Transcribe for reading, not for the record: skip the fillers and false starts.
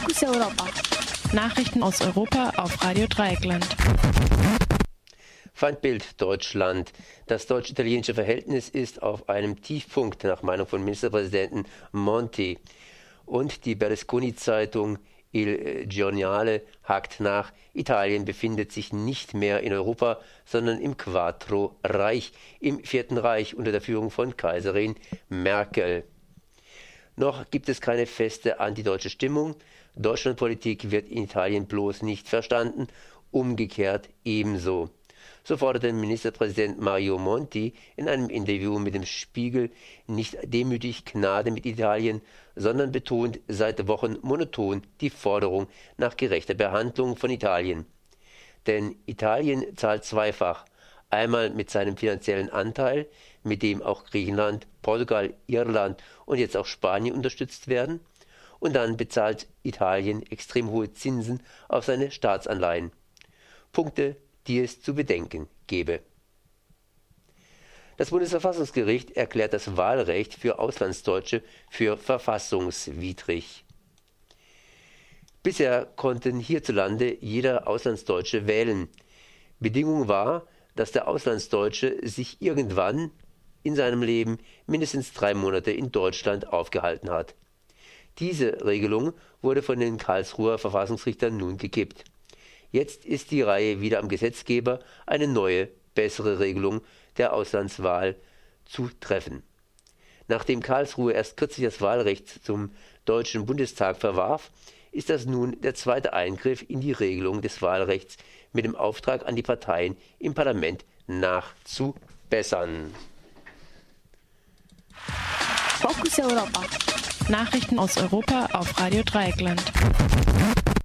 Fokus Europa. Nachrichten aus Europa auf Radio Dreieckland. Feindbild Deutschland. Das deutsch-italienische Verhältnis ist auf einem Tiefpunkt nach Meinung von Ministerpräsidenten Monti. Und die Berlusconi-Zeitung Il Giornale hakt nach, Italien befindet sich nicht mehr in Europa, sondern im Quattro Reich, im Vierten Reich unter der Führung von Kaiserin Merkel. Noch gibt es keine feste antideutsche Stimmung. Deutschlandpolitik wird in Italien bloß nicht verstanden, umgekehrt ebenso. So forderte Ministerpräsident Mario Monti in einem Interview mit dem Spiegel nicht demütig Gnade mit Italien, sondern betont seit Wochen monoton die Forderung nach gerechter Behandlung von Italien. Denn Italien zahlt zweifach, einmal mit seinem finanziellen Anteil, mit dem auch Griechenland, Portugal, Irland und jetzt auch Spanien unterstützt werden, und dann bezahlt Italien extrem hohe Zinsen auf seine Staatsanleihen. Punkte, die es zu bedenken gebe. Das Bundesverfassungsgericht erklärt das Wahlrecht für Auslandsdeutsche für verfassungswidrig. Bisher konnten hierzulande jeder Auslandsdeutsche wählen. Bedingung war, dass der Auslandsdeutsche sich irgendwann in seinem Leben mindestens 3 Monate in Deutschland aufgehalten hat. Diese Regelung wurde von den Karlsruher Verfassungsrichtern nun gekippt. Jetzt ist die Reihe wieder am Gesetzgeber, eine neue, bessere Regelung der Auslandswahl zu treffen. Nachdem Karlsruhe erst kürzlich das Wahlrecht zum Deutschen Bundestag verwarf, ist das nun der zweite Eingriff in die Regelung des Wahlrechts mit dem Auftrag an die Parteien im Parlament nachzubessern. Fokus Europa. Nachrichten aus Europa auf Radio Dreieckland.